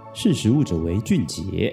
识时务者为俊杰。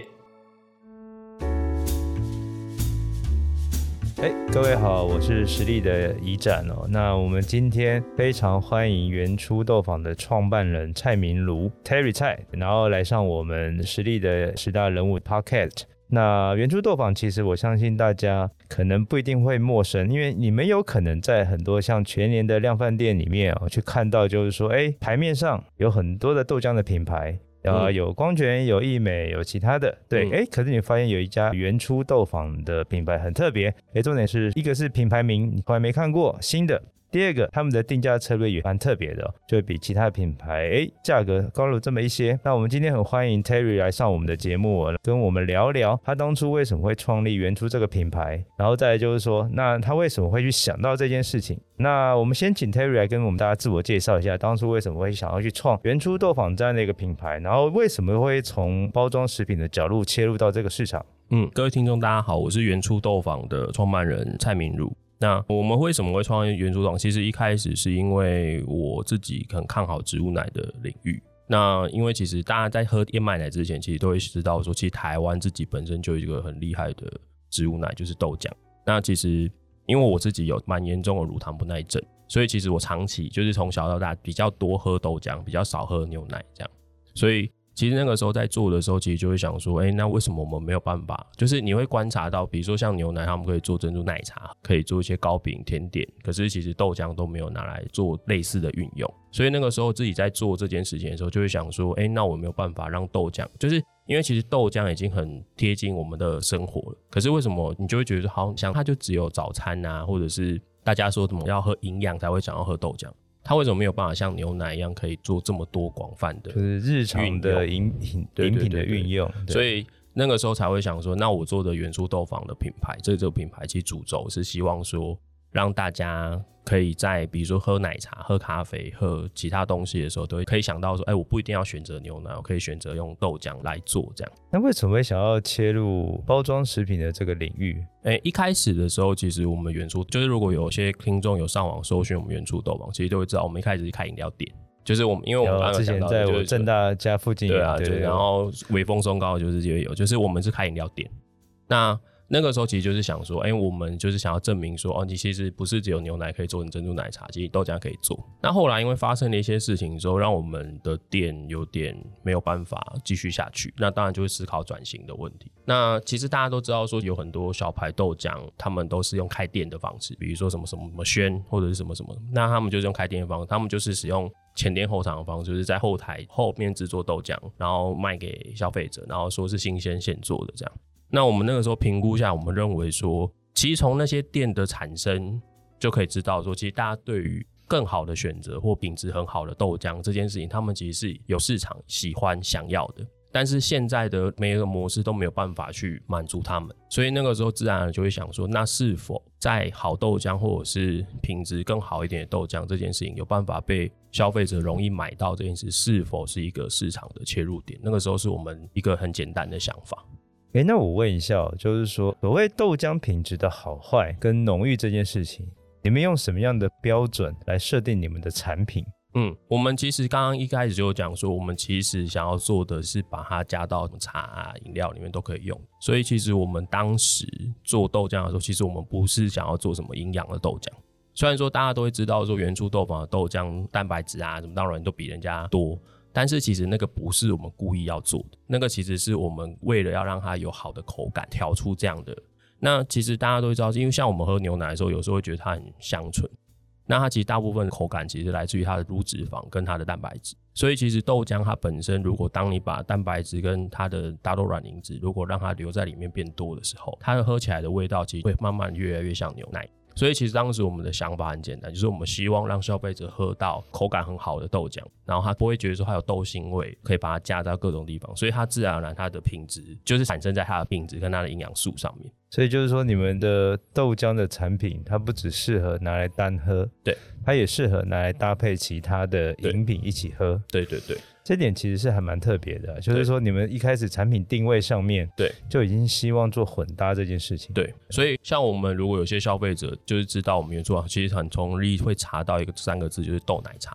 各位好，我是实力的怡展哦。那我们今天非常欢迎原初豆坊的创办人蔡明儒 Terry 蔡，然后来上我们实力的10大人物 Podcast。那原初豆坊其实我相信大家可能不一定会陌生，因为你们有可能在很多像全联的量贩店里面去看到，就是说台面上有很多的豆浆的品牌，有光泉，有益美，有其他的，对，可是你发现有一家原初豆坊的品牌很特别，重点是一个是品牌名你从来没看过，新的。第二个，他们的定价策略也蛮特别的，就比其他品牌价格高了这么一些。那我们今天很欢迎 Terry 来上我们的节目，跟我们聊聊他当初为什么会创立原初这个品牌，然后再来就是说，那他为什么会去想到这件事情。那我们先请 Terry 来跟我们大家自我介绍一下，当初为什么会想要去创原初豆坊这样的一个品牌，然后为什么会从包装食品的角度切入到这个市场。 各位听众大家好，我是原初豆坊的创办人蔡明儒。那我们为什么会创业原初豆坊？其实一开始是因为我自己很看好植物奶的领域。那因为其实大家在喝燕麦奶之前，其实都会知道说，其实台湾自己本身就有一个很厉害的植物奶，就是豆浆。那其实因为我自己有蛮严重的乳糖不耐症，所以其实我长期就是从小到大比较多喝豆浆，比较少喝牛奶这样。所以其实那个时候在做的时候，其实就会想说，那为什么我们没有办法？就是你会观察到，比如说像牛奶，他们可以做珍珠奶茶，可以做一些糕饼、甜点，可是其实豆浆都没有拿来做类似的运用。所以那个时候自己在做这件事情的时候，就会想说，那我没有办法让豆浆，就是因为其实豆浆已经很贴近我们的生活了，可是为什么你就会觉得好像它就只有早餐啊，或者是大家说什么要喝营养才会想要喝豆浆？它为什么没有办法像牛奶一样可以做这么多广泛的， 就是日常的饮品的运用？ 所以那个时候才会想说，那我做的原初豆坊的品牌，这个品牌其实主轴是希望说，让大家可以在比如说喝奶茶、喝咖啡、喝其他东西的时候，都可以想到说，我不一定要选择牛奶，我可以选择用豆浆来做这样。 那为什么会想要切入包装食品的这个领域？ 一开始的时候，其实我们原初就是如果有些听众有上网搜寻我们原初豆坊，其实都会知道我们一开始是开饮料店。就是我们，因为我们刚刚之前在我正大家附近， 对，然后微风松糕就是也有，就是我们是开饮料店。那个时候其实就是想说，我们就是想要证明说，你其实不是只有牛奶可以做成珍珠奶茶，其实豆浆可以做。那后来因为发生了一些事情之后，让我们的店有点没有办法继续下去，那当然就会思考转型的问题。那其实大家都知道说，有很多小牌豆浆，他们都是用开店的方式，比如说什么轩或者是什么什么，那他们就是用开店的方式，他们就是使用前店后厂的方式，就是在后台后面制作豆浆，然后卖给消费者，然后说是新鲜现做的这样。那我们那个时候评估下，我们认为说，其实从那些店的产生就可以知道说，其实大家对于更好的选择或品质很好的豆浆这件事情，他们其实是有市场喜欢想要的，但是现在的每一个模式都没有办法去满足他们，所以那个时候自然而然就会想说，那是否在好豆浆或者是品质更好一点的豆浆这件事情有办法被消费者容易买到这件事，是否是一个市场的切入点？那个时候是我们一个很简单的想法。 那我问一下，就是说所谓豆浆品质的好坏跟浓郁这件事情，你们用什么样的标准来设定你们的产品？ 我们其实刚刚一开始就有讲说，我们其实想要做的是把它加到茶啊、饮料里面都可以用，所以其实我们当时做豆浆的时候，其实我们不是想要做什么营养的豆浆。虽然说大家都会知道说原初豆坊的豆浆蛋白质啊什么当然都比人家多，但是其实那个不是我们故意要做的，那个其实是我们为了要让它有好的口感调出这样的。那其实大家都知道，因为像我们喝牛奶的时候，有时候会觉得它很香醇，那它其实大部分的口感其实来自于它的乳脂肪跟它的蛋白质。所以其实豆浆它本身，如果当你把蛋白质跟它的大豆卵磷脂如果让它留在里面变多的时候，它的喝起来的味道其实会慢慢越来越像牛奶。所以其实当时我们的想法很简单，就是我们希望让消费者喝到口感很好的豆浆，然后他不会觉得说它有豆腥味，可以把它加到各种地方，所以它自然而然它的品质就是产生在它的品质跟它的营养素上面。 所以就是说你们的豆浆的产品它不只适合拿来单喝， 对， 它也适合拿来搭配其他的饮品一起喝。 对对对， 这点其实是还蛮特别的，就是说你们一开始产品定位上面对就已经希望做混搭这件事情。 对，所以像我们如果有些消费者就是知道我们原初其实很容易会查到一个3个字，就是豆奶茶。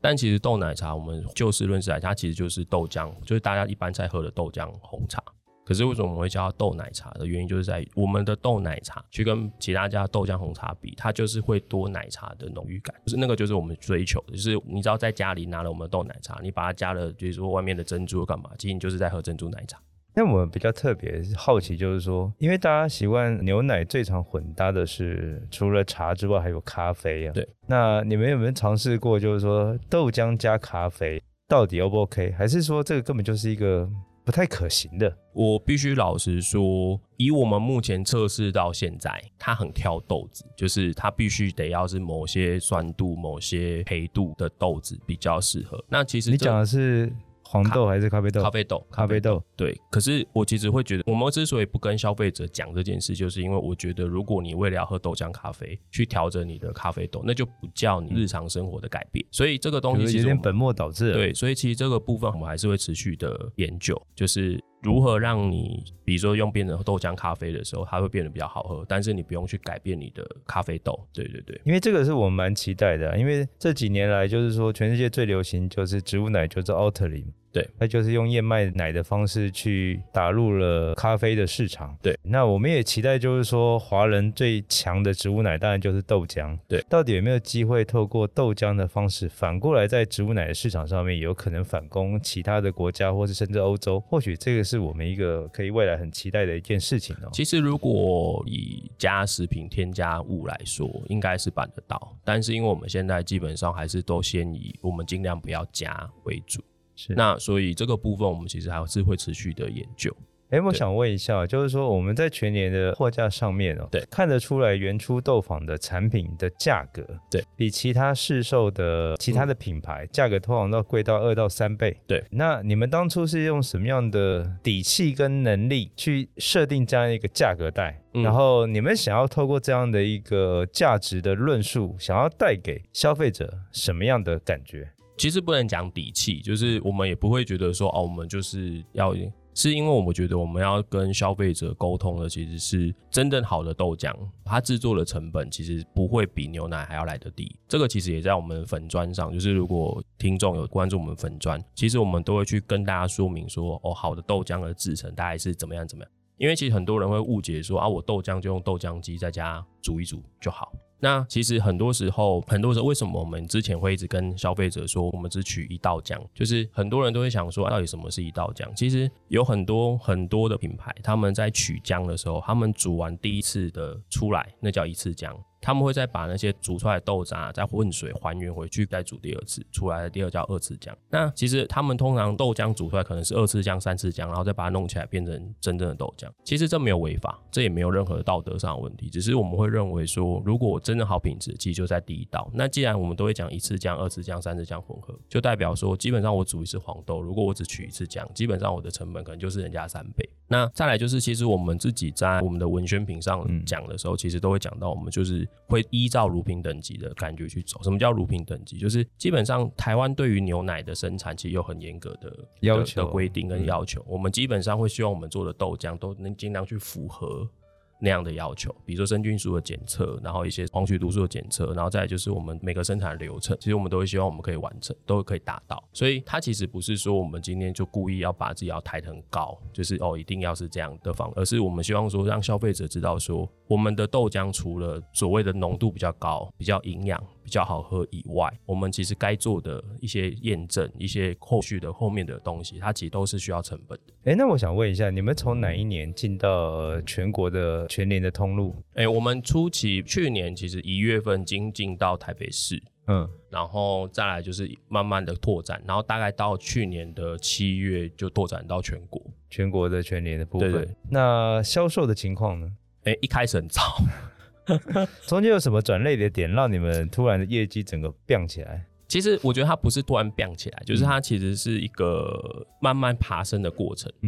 但其实豆奶茶我们就事论事来，它其实就是豆浆，就是大家一般在喝的豆浆红茶。可是为什么我们会叫它豆奶茶的原因，就是在于我们的豆奶茶去跟其他家豆浆红茶比，它就是会多奶茶的浓郁感，就是那个就是我们追求的，就是你知道在家里拿了我们的豆奶茶，你把它加了比如说外面的珍珠干嘛，其实你就是在喝珍珠奶茶。 那我们比较特别好奇就是说，因为大家习惯牛奶最常混搭的是除了茶之外还有咖啡啊。 对， 那你们有没有尝试过就是说豆浆加咖啡到底 O 不 OK， 还是说这个根本就是一个不太可行的？ 我必须老实说，以我们目前测试到现在，它很挑豆子，就是它必须得要是某些酸度、某些黑度的豆子比较适合。那其实你讲的是黄豆还是咖啡豆？咖啡豆。 对，可是我其实会觉得，我们之所以不跟消费者讲这件事，就是因为我觉得，如果你为了要喝豆浆咖啡去调整你的咖啡豆，那就不叫你日常生活的改变。所以这个东西其实有点本末倒置了。 对，所以其实这个部分我们还是会持续的研究，就是如何让你，比如说用变成豆浆咖啡的时候，它会变得比较好喝，但是你不用去改变你的咖啡豆。对对对， 因为这个是我们蛮期待的因为这几年来就是说全世界最流行就是植物奶，就是 Oatly。 对， 它就是用燕麦奶的方式去打入了咖啡的市场。 对， 那我们也期待就是说华人最强的植物奶当然就是豆浆。 对， 到底有没有机会透过豆浆的方式反过来在植物奶的市场上面有可能反攻其他的国家或是甚至欧洲，或许这个是我们一个可以未来很期待的一件事情其实如果以加食品添加物来说应该是办得到，但是因为我们现在基本上还是都先以我们尽量不要加为主， 是， 那所以这个部分我们其实还是会持续的研究。 我想问一下，就是说我们在全年的货架上面对， 看得出来原初豆坊的产品的价格， 对， 比其他市售的其他的品牌价格通常都贵到2到3倍。 对， 那你们当初是用什么样的底气跟能力去设定这样一个价格带？然后你们想要透过这样的一个价值的论述，想要带给消费者什么样的感觉？ 其实不能讲底气，就是我们也不会觉得说我们就是要，是因为我们觉得我们要跟消费者沟通的其实是真正好的豆浆，它制作的成本其实不会比牛奶还要来得低。这个其实也在我们粉专上，就是如果听众有关注我们粉专，其实我们都会去跟大家说明说好的豆浆的制成大概是怎么样怎么样。因为其实很多人会误解说我豆浆就用豆浆机在家煮一煮就好。那其实很多时候为什么我们之前会一直跟消费者说我们只取一道浆，就是很多人都会想说到底什么是一道浆。其实有很多的品牌，他们在取浆的时候，他们煮完第一次的出来那叫一次浆，他们会再把那些煮出来的豆渣再混水还原回去，再煮第二次，出来的第二叫二次浆。那其实他们通常豆浆煮出来可能是2次浆、3次浆，然后再把它弄起来变成真正的豆浆。其实这没有违法，这也没有任何道德上的问题，只是我们会认为说，如果真正好品质，其实就在第一道。那既然我们都会讲1次浆、2次浆、3次浆混合，就代表说基本上我煮一次黄豆，如果我只取1次浆，基本上我的成本可能就是人家3倍。那再来就是其实我们自己在我们的文宣品上讲的时候，其实都会讲到我们就是会依照乳品等级的感觉去走。什么叫乳品等级？就是基本上台湾对于牛奶的生产其实有很严格的要求的规定跟要求，我们基本上会希望我们做的豆浆都能尽量去符合那样的要求，比如说生菌数的检测，然后一些黄曲毒素的检测，然后再来就是我们每个生产流程，其实我们都会希望我们可以完成，都可以达到。所以它其实不是说我们今天就故意要把自己要抬得很高，就是一定要是这样的方，而是我们希望说让消费者知道说，我们的豆浆除了所谓的浓度比较高、比较营养、比较好喝以外，我们其实该做的一些验证、一些后续的后面的东西，它其实都是需要成本的。 那我想问一下，你们从哪一年进到全国的全联的通路？ 我们初期去年其实1月份进到台北市，然后再来就是慢慢的拓展，然后大概到去年的7月就拓展到全国的全联的部分。 对对。 那销售的情况呢？ 一开始很糟。 中间有什么转捩的点让你们突然的业绩整个飙起来？ 其实我觉得它不是突然飙起来，就是它其实是一个慢慢爬升的过程。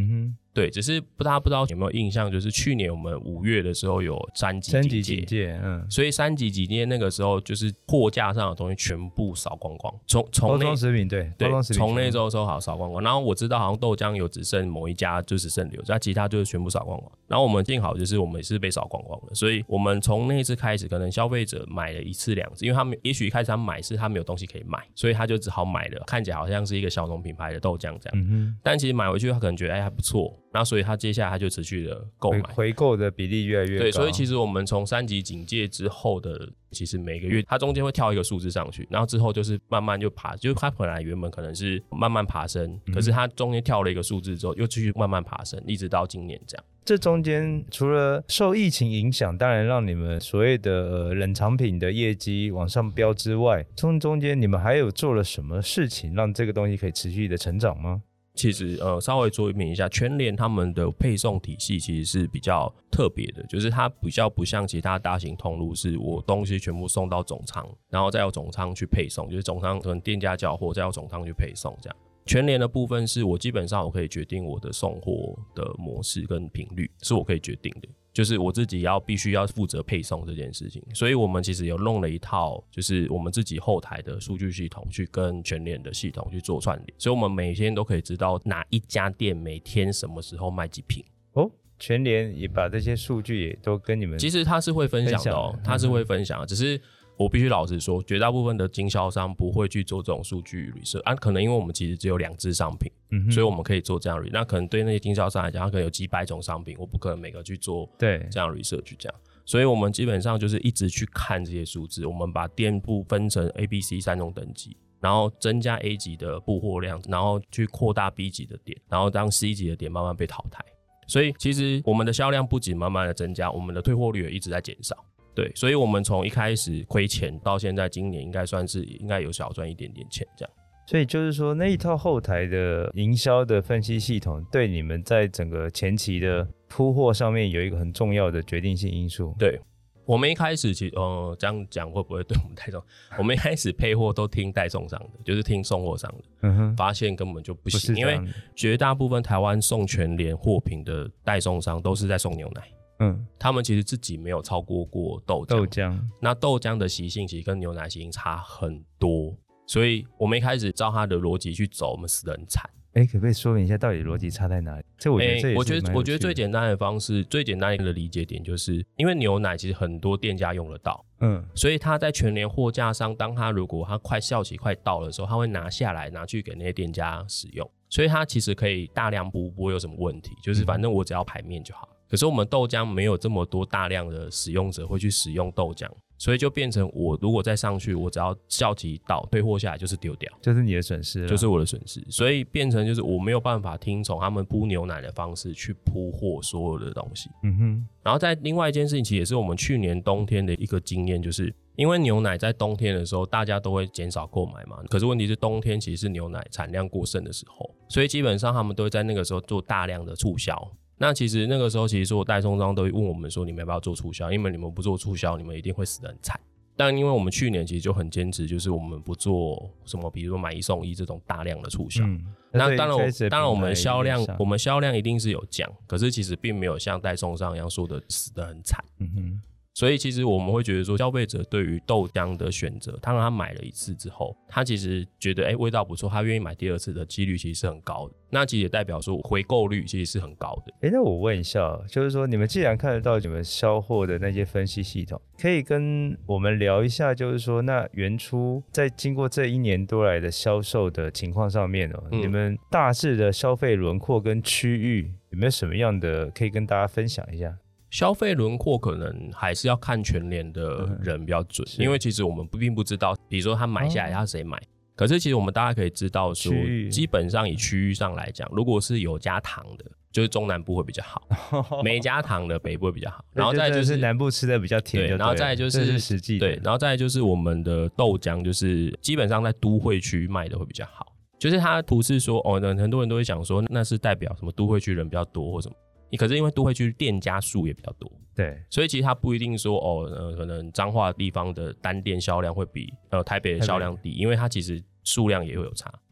对，只是大家不知道有没有印象，就是去年我们5月的时候有3级警戒，所以3级警戒那个时候就是货架上的东西全部扫光光，从包装食品对， 从那周收好扫光光。然后我知道好像豆浆有只剩某一家就只剩留着，其他就是全部扫光光。然后我们幸好就是我们是被扫光光的，所以我们从那一次开始，可能消费者买了1次2次，因为他们也许一开始他们买是他没有东西可以买，所以他就只好买了看起来好像是一个小农品牌的豆浆这样，但其实买回去他可能觉得还不错。那所以他接下来他就持续的购买， 回购的比例越来越高。 对，所以其实我们从3级警戒之后的，其实每个月它中间会跳一个数字上去，然后之后就是慢慢就爬，就是它本来原本可能是慢慢爬升，可是它中间跳了一个数字之后，又继续慢慢爬升，一直到今年这样。 这中间除了受疫情影响，当然让你们所谓的冷藏品的业绩往上飙之外，中间你们还有做了什么事情让这个东西可以持续的成长吗？ 其实稍微说明一下，全联他们的配送体系其实是比较特别的，就是它比较不像其他大型通路，是我东西全部送到总仓，然后再由总仓去配送，就是总仓可能店家交货，再由总仓去配送这样。全联的部分是我基本上我可以决定我的送货的模式跟频率，是我可以决定的，就是我自己必须要负责配送这件事情。所以我们其实有弄了一套就是我们自己后台的数据系统去跟全联的系统去做串联，所以我们每天都可以知道哪一家店每天什么时候卖几瓶。 全联也把这些数据也都跟你们， 其实他是会分享的哦，他是会分享的，只是我必须老实说，绝大部分的经销商不会去做这种数据 research 可能因为我们其实只有2支商品，所以我们可以做这样 research。那可能对那些经销商来讲，他可能有几百种商品，我不可能每个去做这样 research 这样。所以我们基本上就是一直去看这些数字，我们把店铺分成 A、B、C 3种等级，然后增加 A 级的布货量，然后去扩大 B 级的点，然后让 C 级的点慢慢被淘汰。所以其实我们的销量不仅慢慢的增加，我们的退货率也一直在减少。对，所以我们从一开始亏钱到现在今年应该有小赚一点点钱这样。 所以就是说那一套后台的营销的分析系统对你们在整个前期的铺货上面有一个很重要的决定性因素。 对，我们一开始其实这样讲会不会对我们太重？我们一开始配货都听代送商的，就是听送货商的，发现根本就不行，因为绝大部分台湾送全联货品的代送商都是在送牛奶。他们其实自己没有超过豆浆，那豆浆的习性其实跟牛奶习性差很多，所以我们一开始照他的逻辑去走，我们死得很惨。 可不可以说明一下到底逻辑差在哪里？这我觉得这也是蛮有趣的。 我觉得最简单的方式，最简单的理解点就是，因为牛奶其实很多店家用得到，所以他在全联货架上，当他如果他快效期快到的时候，他会拿下来拿去给那些店家使用，所以他其实可以大量不会有什么问题，就是反正我只要排面就好。可是我们豆浆没有这么多大量的使用者会去使用豆浆，所以就变成我如果再上去，我只要效期到退货下来就是丢掉， 就是你的损失了， 就是我的损失。所以变成就是我没有办法听从他们铺牛奶的方式去铺货所有的东西。然后在另外一件事情，其实也是我们去年冬天的一个经验，就是因为牛奶在冬天的时候大家都会减少购买嘛，可是问题是冬天其实是牛奶产量过剩的时候，所以基本上他们都会在那个时候做大量的促销。那其实那个时候，其实所有代送商都会问我们说，你们要不要做促销？因为你们不做促销，你们一定会死得很惨。但因为我们去年其实就很坚持，就是我们不做什么，比如说买1送1这种大量的促销。那当然我们销量一定是有降，可是其实并没有像代送商一样说的死得很惨。所以其实我们会觉得说，消费者对于豆浆的选择，他让他买了1次之后，他其实觉得味道不错，他愿意买第2次的几率其实是很高的。那其实也代表说回购率其实是很高的。 那我问一下，就是说你们既然看得到你们销货的那些分析系统，可以跟我们聊一下，就是说那原初在经过这1年多来的销售的情况上面你们大致的消费轮廓跟区域有没有什么样的可以跟大家分享一下？ 消费轮廓可能还是要看全联的人比较准，因为其实我们并不知道，比如说他买下来他谁买，可是其实我们大家可以知道说，基本上以区域上来讲，如果是有加糖的，就是中南部会比较好，没加糖的北部会比较好，然后再就是南部吃的比较甜， 对，然后再就是实际的， 对，然后再就是我们的豆浆，就是基本上在都会区卖的会比较好，就是它不是说很多人都会讲说那是代表什么都会区人比较多或什么。可是因为都会区店家数也比较多， 对， 所以其实它不一定说可能彰化地方的单店销量会比台北的销量低，因为它其实数量也会有差。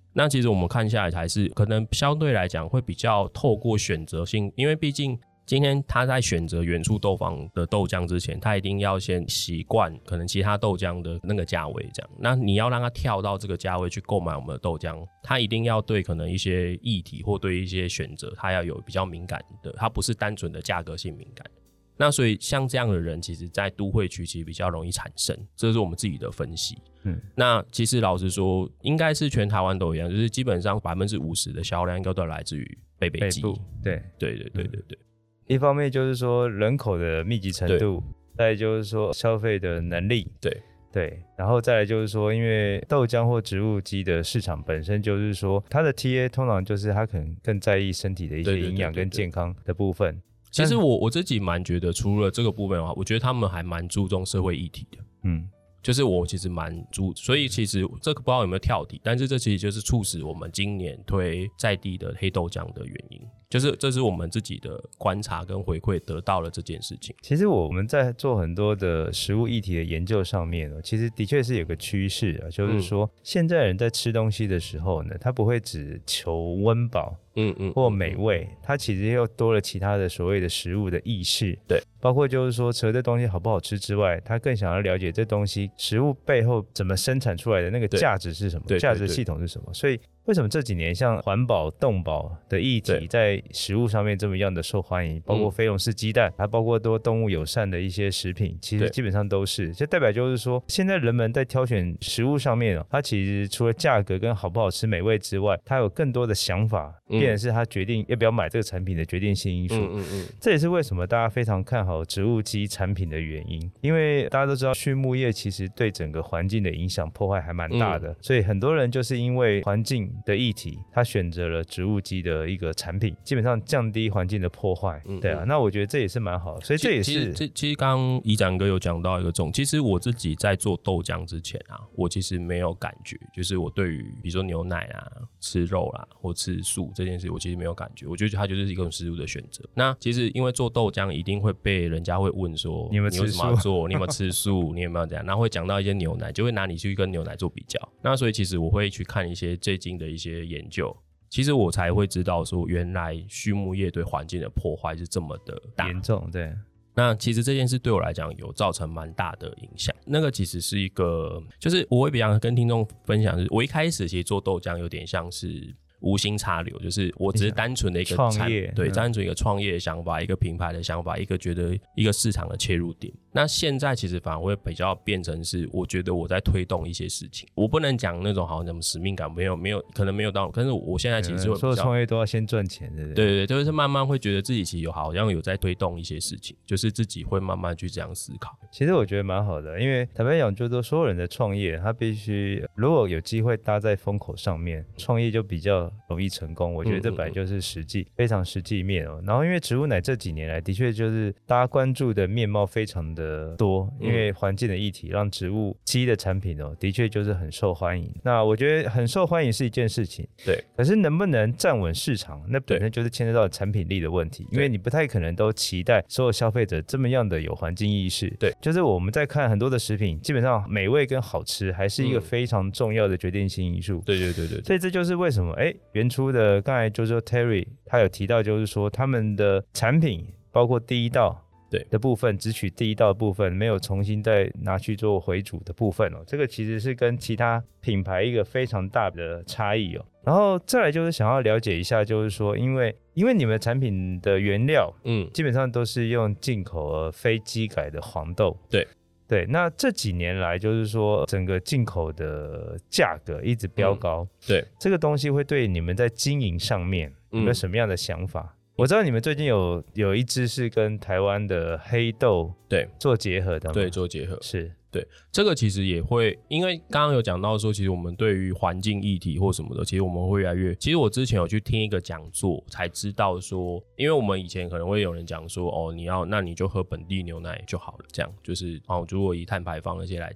那其实我们看下来还是可能相对来讲会比较透过选择性，因为毕竟今天他在选择原初豆坊的豆浆之前，他一定要先习惯可能其他豆浆的那个价位这样。那你要让他跳到这个价位去购买我们的豆浆，他一定要对可能一些议题或对一些选择，他要有比较敏感的，他不是单纯的价格性敏感。那所以像这样的人，其实在都会区其实比较容易产生，这是我们自己的分析。那其实老实说，应该是全台湾都一样，就是基本上50%的销量应该都来自于北基。 对。 一方面就是说人口的密集程度，再来就是说消费的能力，对，然后再来就是说，因为豆浆或植物基的市场本身就是说，它的 TA 通常就是它可能更在意身体的一些营养跟健康的部分。 其实我自己蛮觉得，除了这个部分的话，我觉得他们还蛮注重社会议题的。就是我其实蛮所以其实这个不知道有没有跳题，但是这其实就是促使我们今年推在地的黑豆浆的原因，就是这是我们自己的观察跟回馈得到了这件事情。 其实我们在做很多的食物议题的研究上面，其实的确是有个趋势啊，就是说现在人在吃东西的时候呢，他不会只求温饱或美味，它其实又多了其他的所谓的食物的意识。 对， 包括就是说除了这东西好不好吃之外，他更想要了解这东西食物背后怎么生产出来的那个价值是什么，价值系统是什么。所以为什么这几年像环保动保的议题在食物上面这么样的受欢迎，包括非笼式鸡蛋，还包括多动物友善的一些食品，其实基本上都是，这代表就是说现在人们在挑选食物上面，它其实除了价格跟好不好吃美味之外，它有更多的想法，变成是他决定要不要买这个产品的决定性因素。这也是为什么大家非常看好植物基产品的原因，因为大家都知道畜牧业其实对整个环境的影响破坏还蛮大的，所以很多人就是因为环境的议题，他选择了植物基的一个产品，基本上降低环境的破坏。对啊，那我觉得这也是蛮好的，所以这也是其实刚刚宜展哥有讲到一个重点，其实我自己在做豆浆之前啊，我其实没有感觉，就是我对于比如说牛奶啊、吃肉啦或吃素这件事，我其实没有感觉，我觉得它就是一种食物的选择。那其实因为做豆浆一定会被人家会问说， 你有没有吃素？ 你为什么要做？你有没有吃素？你有没有这样？然后会讲到一些牛奶，就会拿你去跟牛奶做比较。那所以其实我会去看一些最近的一些研究，其实我才会知道说，原来畜牧业对环境的破坏是这么的大严重。对， 那其实这件事对我来讲有造成蛮大的影响。那个其实是一个，就是我会比较跟听众分享，就是我一开始其实做豆浆有点像是无心插柳，就是我只是单纯的一个创业， 对，单纯一个创业的想法，一个品牌的想法，一个觉得一个市场的切入点。那现在其实反而会比较变成是，我觉得我在推动一些事情，我不能讲那种好像什么使命感，没有，可能没有到，但是我现在其实会比较所有创业都要先赚钱，对不对？对，就是慢慢会觉得自己其实好像有在推动一些事情，就是自己会慢慢去这样思考。 其实我觉得蛮好的，因为坦白讲，就是说所有人的创业，他必须如果有机会搭在风口上面，创业就比较容易成功。我觉得这本来就是实际，非常实际面哦。然后因为植物奶这几年来的确就是大家关注的面貌非常的多，因为环境的议题让植物基的产品哦，的确就是很受欢迎。那我觉得很受欢迎是一件事情， 对。 可是能不能站稳市场，那本身就是牵涉到产品力的问题，因为你不太可能都期待所有消费者这么样的有环境意识。 对， 就是我们在看很多的食品，基本上美味跟好吃还是一个非常重要的决定性因素。 对。 所以这就是为什么原初的刚才就是说 Terry 他有提到，就是说他们的产品包括第一道的部分，只取第一道的部分，没有重新再拿去做回煮的部分哦。这个其实是跟其他品牌一个非常大的差异哦。然后再来就是想要了解一下，就是说因为你们的产品的原料基本上都是用进口而非基改的黄豆。对，那这几年来就是说整个进口的价格一直飙高， 对， 这个东西会对你们在经营上面有没有什么样的想法？我知道你们最近有一支是跟台湾的黑豆做结合的， 对，做结合是。 对，这个其实也会，因为刚刚有讲到说，其实我们对于环境议题或什么的，其实我们会越来越。其实我之前有去听一个讲座，才知道说，因为我们以前可能会有人讲说，那你就喝本地牛奶就好了，这样就是如果以碳排放那些来讲，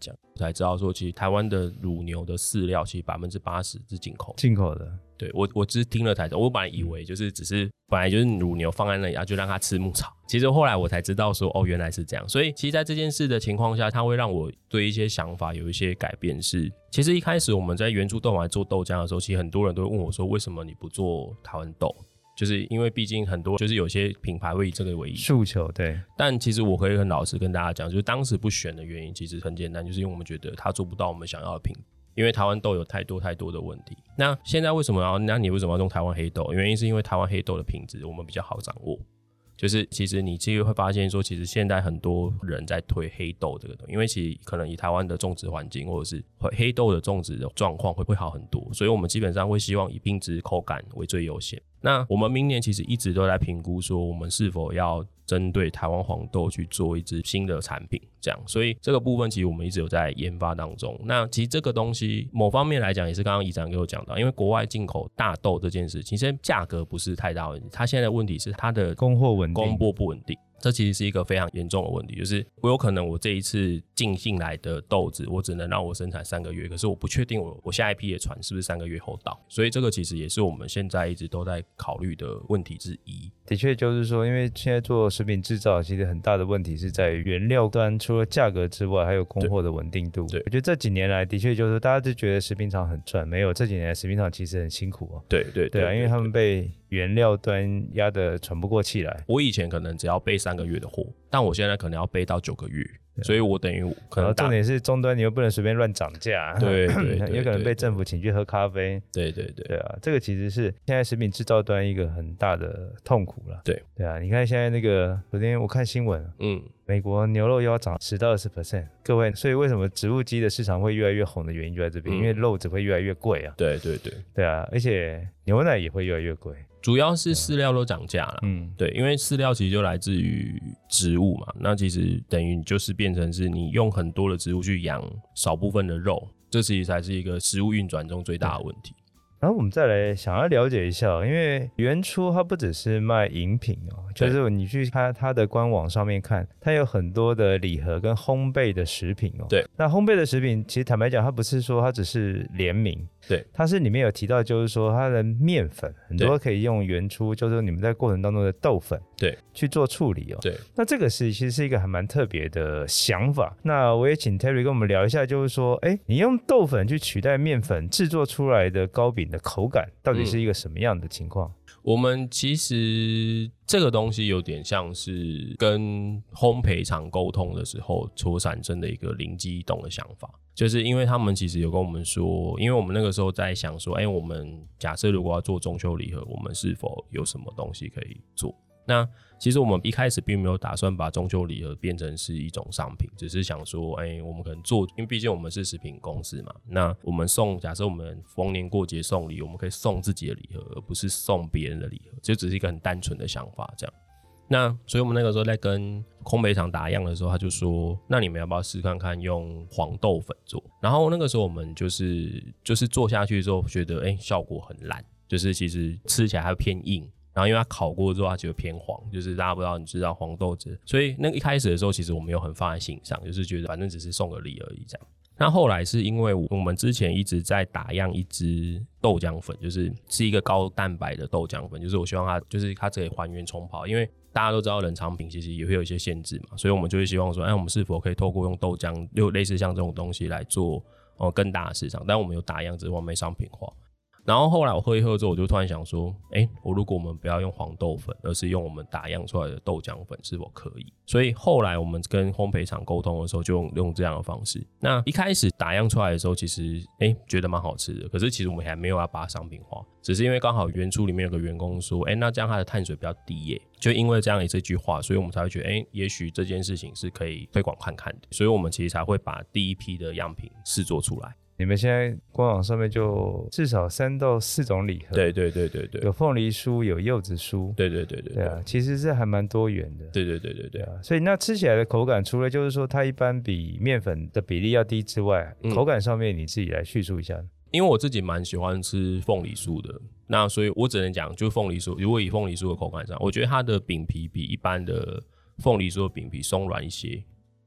才知道说，其实台湾的乳牛的饲料其实80%是进口的。 对，我只是听了才知道，我本来以为就是只是本来就是乳牛放在那里，然后就让它吃牧草。其实后来我才知道说，哦，原来是这样。所以其实在这件事的情况下，它会让我对一些想法有一些改变是。其实一开始我们在原初豆坊做豆浆的时候，其实很多人都会问我说，为什么你不做台湾豆？就是因为毕竟很多就是有些品牌会以这个为诉求，对。 但其实我可以很老实跟大家讲，就是当时不选的原因其实很简单，就是因为我们觉得它做不到我们想要的品质。因为台湾豆有太多的问题。那现在为什么那你为什么要用台湾黑豆？原因是因为台湾黑豆的品质我们比较好掌握。就是其实你其实会发现说，其实现在很多人在推黑豆这个东西，因为其实可能以台湾的种植环境或者是黑豆的种植的状况会好很多，所以我们基本上会希望以品质口感为最优先。那我们明年其实一直都在评估说，我们是否要针对台湾黄豆去做一支新的产品，这样。所以这个部分其实我们一直有在研发当中。那其实这个东西某方面来讲，也是刚刚宜展给我讲到，因为国外进口大豆这件事，其实价格不是太大问题，它现在的问题是它的供货稳定， 供货不稳定。这其实是一个非常严重的问题，就是我有可能我这一次进来的豆子，我只能让我生产3个月，可是我不确定我下一批的船是不是3个月后到，所以这个其实也是我们现在一直都在考虑的问题之一。 的确就是说，因为现在做食品制造，其实很大的问题是在于原料端，除了价格之外，还有供货的稳定度。对，我觉得这几年来的确就是大家就觉得食品厂很赚，没有，这几年来食品厂其实很辛苦哦。对啊，因为他们被原料端压得喘不过气来。 我以前可能只要备3个月的货，但我现在可能要备到9个月。所以我等于可能重点是终端你又不能随便乱涨价， 对， 有可能被政府请去喝咖啡， 对啊，这个其实是现在食品制造端一个很大的痛苦了。对啊，你看现在那个昨天我看新闻，美国牛肉又要涨10到20%，各位，所以为什么植物基的市场会越来越红的原因就在这边，因为肉只会越来越贵啊。对啊，而且牛奶也会越来越贵。 主要是饲料都涨价了，对，因为饲料其实就来自于植物嘛，那其实等于就是变成是你用很多的植物去养少部分的肉，这其实才是一个食物运转中最大的问题。 然后我们再来想要了解一下，因为原初它不只是卖饮品哦，就是你去看它的官网上面看，它有很多的礼盒跟烘焙的食品哦。 对， 那烘焙的食品其实坦白讲，它不是说它只是联名， 对， 它是里面有提到，就是说它的面粉很多可以用原初，就是你们在过程当中的豆粉， 对， 去做处理哦。 对， 那这个其实是一个还蛮特别的想法。那我也请 Terry 跟我们聊一下，就是说，你用豆粉去取代面粉制作出来的糕饼的口感，到底是一个什么样的情况？ 我们其实这个东西有点像是跟烘焙厂沟通的时候所产生的一个灵机一动的想法，就是因为他们其实有跟我们说，因为我们那个时候在想说，我们假设如果要做中秋礼盒，我们是否有什么东西可以做？那其实我们一开始并没有打算把中秋礼盒变成是一种商品，只是想说我们可能做，因为毕竟我们是食品公司嘛，那我们假设我们逢年过节送礼，我们可以送自己的礼盒，而不是送别人的礼盒，就只是一个很单纯的想法这样。那所以我们那个时候在跟烘焙厂打样的时候，他就说，那你们要不要试看看用黄豆粉做？然后那个时候我们就是做下去之后觉得效果很烂，就是其实吃起来还偏硬，然后因为它烤过之后它就偏黄，就是大家不知道你知道黄豆子，所以那个一开始的时候其实我没有很放在心上，就是觉得反正只是送个礼而已这样。那后来是因为我们之前一直在打样一支豆浆粉，就是一个高蛋白的豆浆粉，就是我希望它可以还原冲泡，因为大家都知道冷藏品其实也会有一些限制嘛，所以我们就会希望说，我们是否可以透过用豆浆又类似像这种东西来做更大的市场，但我们有打样，只是我们没商品化。然后后来我喝一喝之后，我就突然想说，如果我们不要用黄豆粉，而是用我们打样出来的豆浆粉，是否可以？所以后来我们跟烘焙厂沟通的时候，就用这样的方式。那一开始打样出来的时候，其实觉得蛮好吃的，可是其实我们还没有要把它商品化，只是因为刚好原初里面有个员工说，那这样它的碳水比较低耶，就因为这样这句话，所以我们才会觉得，也许这件事情是可以推广看看的，所以我们其实才会把第一批的样品试做出来。 你们现在官网上面就至少3到4种礼盒， 对， 有凤梨酥，有柚子酥，对啊，其实是还蛮多元的，对啊，所以那吃起来的口感，除了就是说它一般比面粉的比例要低之外，口感上面你自己来叙述一下。 因为我自己蛮喜欢吃凤梨酥的，那所以我只能讲，就凤梨酥，如果以凤梨酥的口感上，我觉得它的饼皮比一般的凤梨酥的饼皮松软一些。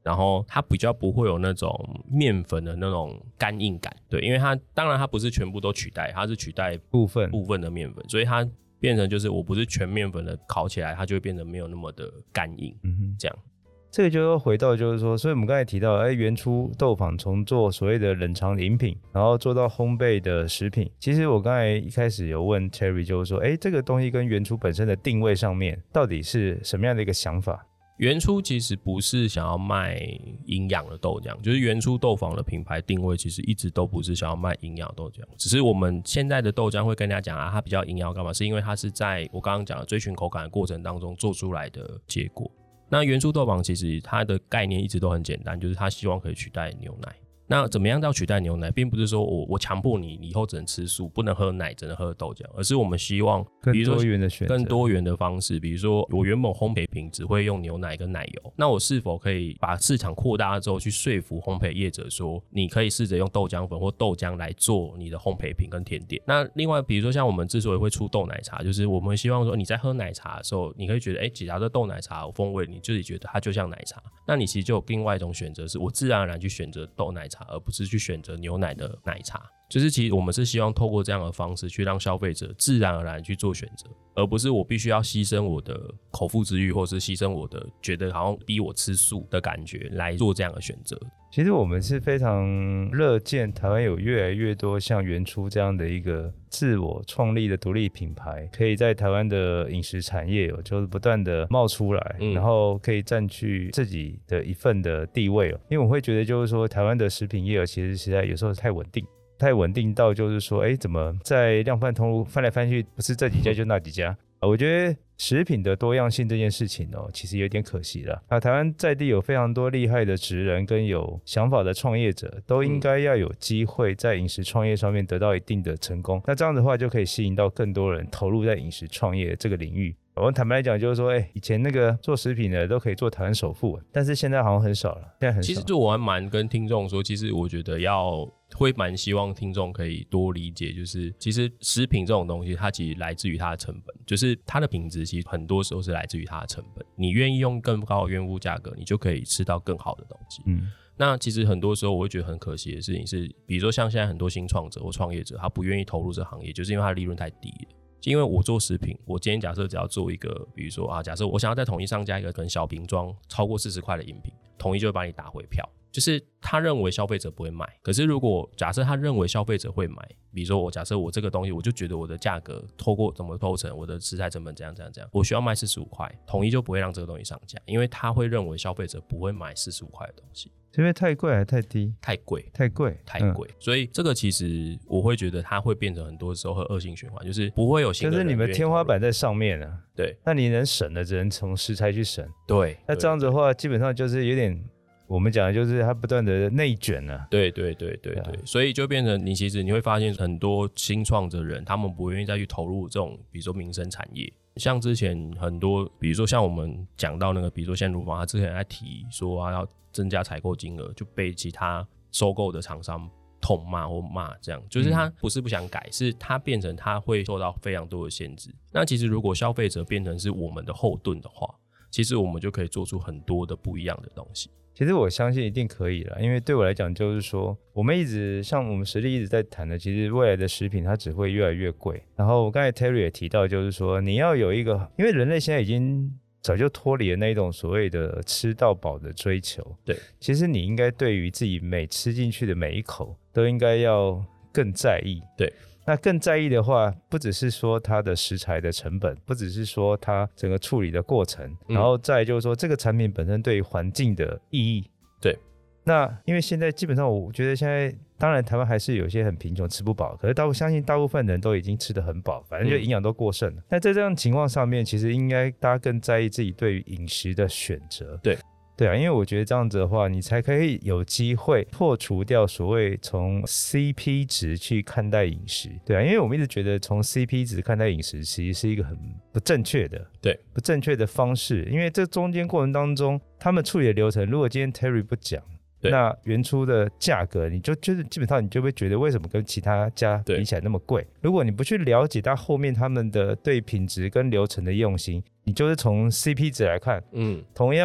然后它比较不会有那种面粉的那种干硬感，对，因为它当然它不是全部都取代，它是取代部分的面粉，所以它变成就是我不是全面粉的烤起来，它就会变得没有那么的干硬，这样。 这个就回到就是说，所以我们刚才提到，原初豆坊从做所谓的冷藏饮品，然后做到烘焙的食品。其实我刚才一开始有问 Terry， 就是说，这个东西跟原初本身的定位上面，到底是什么样的一个想法？ 原初其实不是想要卖营养的豆浆，就是原初豆坊的品牌定位其实一直都不是想要卖营养豆浆，只是我们现在的豆浆会跟大家讲它比较营养干嘛，是因为它是在我刚刚讲的追寻口感的过程当中做出来的结果。那原初豆坊其实它的概念一直都很简单，就是它希望可以取代牛奶。那怎么样叫取代牛奶，并不是说我强迫你以后只能吃素，不能喝奶，只能喝豆浆，而是我们希望比如说更多元的选择， 更多元的方式。比如说我原本烘焙品只会用牛奶跟奶油，那我是否可以把市场扩大之后去说服烘焙业者说，你可以试着用豆浆粉或豆浆来做你的烘焙品跟甜点。那另外比如说像我们之所以会出豆奶茶，就是我们会希望说你在喝奶茶的时候，你可以觉得假设豆奶茶有风味，你自己觉得它就像奶茶，那你其实就有另外一种选择，是我自然而然去选择豆奶茶，而不是去选择牛奶的奶茶。就是其实我们是希望透过这样的方式去让消费者自然而然去做选择，而不是我必须要牺牲我的口腹之欲，或是牺牲我的觉得好像逼我吃素的感觉来做这样的选择。 其实我们是非常乐见台湾有越来越多像原初这样的一个自我创立的独立品牌，可以在台湾的饮食产业就是不断的冒出来，然后可以占据自己的一份的地位。因为我会觉得就是说台湾的食品业其实实在有时候太稳定到就是说怎么在量贩通路翻来翻去，不是这几家就那几家。我觉得食品的多样性这件事情其实有点可惜了。台湾在地有非常多厉害的职人跟有想法的创业者，都应该要有机会在饮食创业上面得到一定的成功。那这样的话就可以吸引到更多人投入在饮食创业这个领域。我坦白来讲就是说以前那个做食品的都可以做台湾首富，但是现在好像很少了，现在很少。 其实就我还蛮跟听众说，其实我觉得会蛮希望听众可以多理解，就是其实食品这种东西它其实来自于它的成本，就是它的品质其实很多时候是来自于它的成本。你愿意用更高的原物价格，你就可以吃到更好的东西。那其实很多时候我会觉得很可惜的事情是，比如说像现在很多新创者或创业者，他不愿意投入这个行业，就是因为他的利润太低了。因为我做食品，我今天假设只要做一个，比如说假设我想要在统一上架一个可能小瓶装超过40块的饮品，统一就会把你打回票。就是他认为消费者不会买，可是如果假设他认为消费者会买，比如说我假设我这个东西，我就觉得我的价格透过怎么抽成，我的食材成本怎样，我需要卖45块，统一就不会让这个东西上架，因为他会认为消费者不会买45块的东西。 因为太贵还是太低？太贵。所以这个其实我会觉得它会变成很多时候会恶性循环，就是不会有新的人。 就是你们天花板在上面啊。 对。 那你能省的只能从食材去省。 对。 那这样子的话，基本上就是有点我们讲的就是它不断的内卷啊。 对。所以就变成其实你会发现很多新创的人，他们不愿意再去投入这种比如说民生产业。像之前很多，比如说像我们讲到那个，比如说鲜乳坊，他之前在提说要增加采购金额，就被其他收购的厂商痛骂或骂，这样就是他不是不想改，是他变成他会受到非常多的限制。那其实如果消费者变成是我们的后盾的话，其实我们就可以做出很多的不一样的东西。 其实我相信一定可以啦，因为对我来讲就是说，我们一直像我们实力一直在谈的，其实未来的食品它只会越来越贵。然后我刚才 Terry 也提到，就是说你要有一个，因为人类现在已经早就脱离了那种所谓的吃到饱的追求。 对， 其实你应该对于自己每吃进去的每一口都应该要更在意。 对。 那更在意的话，不只是说它的食材的成本，不只是说它整个处理的过程，然后再就是说这个产品本身对环境的意义。 对。 那因为现在基本上我觉得现在当然台湾还是有些很贫穷吃不饱，可是我相信大部分人都已经吃得很饱，反正就营养都过剩了。那在这样情况上面，其实应该大家更在意自己对于饮食的选择。对啊，因为我觉得这样子的话，你才可以有机会破除掉所谓从 CP 值去看待饮食。对啊，因为我们一直觉得从 CP 值看待饮食其实是一个很不正确的方式，因为这中间过程当中他们处理的流程，如果今天 Terry 不讲，那原初的价格你就是基本上你就会觉得为什么跟其他家比起来那么贵。如果你不去了解他后面他们的对品质跟流程的用心，你就是从 CP 值来看，同样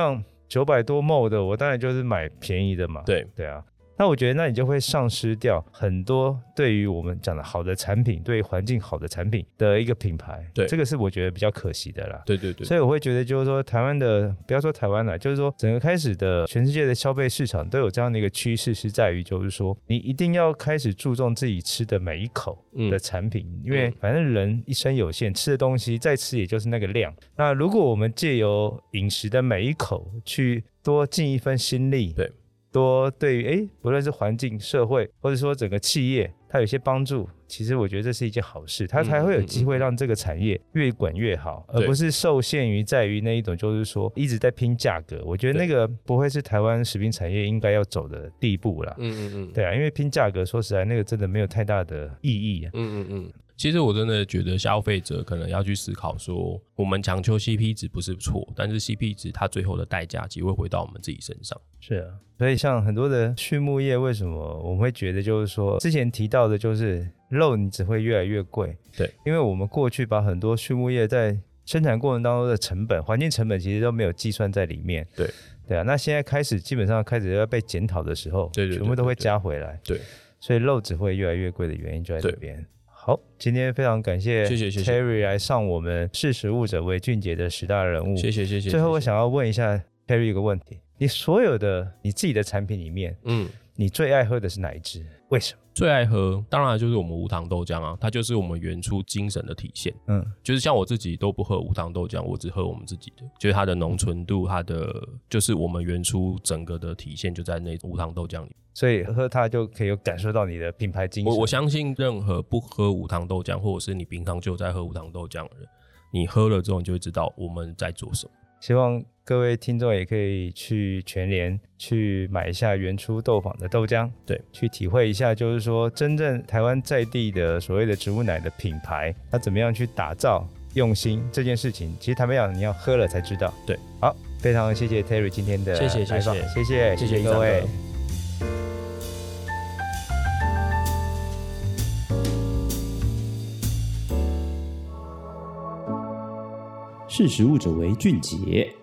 900多 ml 的，我当然就是买便宜的嘛。 对啊，那我觉得那你就会丧失掉很多对于我们讲的好的产品，对于环境好的产品的一个品牌。 对， 这个是我觉得比较可惜的啦。 对， 所以我会觉得就是说台湾的，不要说台湾啦，就是说整个开始的全世界的消费市场都有这样的一个趋势，是在于就是说你一定要开始注重自己吃的每一口的产品，因为反正人一生有限，吃的东西再吃也就是那个量。那如果我们借由饮食的每一口去多尽一份心力， 对， 多对于不论是环境、社会，或者说整个企业，它有一些帮助，其实我觉得这是一件好事，它才会有机会让这个产业越滚越好，而不是受限于在于那一种就是说一直在拼价格。我觉得那个不会是台湾食品产业应该要走的地步啦。对啊，因为拼价格说实在那个真的没有太大的意义啊。 其实我真的觉得消费者可能要去思考说，我们强求 CP 值不是错，但是 CP 值它最后的代价其实会回到我们自己身上。 是啊，所以像很多的畜牧业，为什么我们会觉得就是说之前提到的就是肉你只会越来越贵。 对， 因为我们过去把很多畜牧业在生产过程当中的成本、环境成本其实都没有计算在里面。对啊，那现在基本上开始要被检讨的时候，全部都会加回来。 对， 所以肉只会越来越贵的原因就在这边。好，今天非常感谢 Terry 来上我们识时务者为俊杰的10大人物。 谢谢。 最后我想要问一下 Terry 一个问题，你所有的你自己的产品里面，你最爱喝的是哪一支？为什么？ 最爱喝当然就是我们无糖豆浆啊，它就是我们原初精神的体现。就是像我自己都不喝无糖豆浆，我只喝我们自己的，就是它的浓醇度，它的就是我们原初整个的体现就在那无糖豆浆里。 所以喝它就可以有感受到你的品牌精神。 我相信任何不喝无糖豆浆，或者是你平常就在喝无糖豆浆的人，你喝了之后你就会知道我们在做什么。 希望各位听众也可以去全联去买一下原初豆坊的豆浆，对，去体会一下就是说真正台湾在地的所谓的植物奶的品牌，它怎么样去打造用心这件事情，其实坦白讲你要喝了才知道。对，好，非常谢谢 Terry 今天的来访，谢谢各位。 识时务者为俊杰。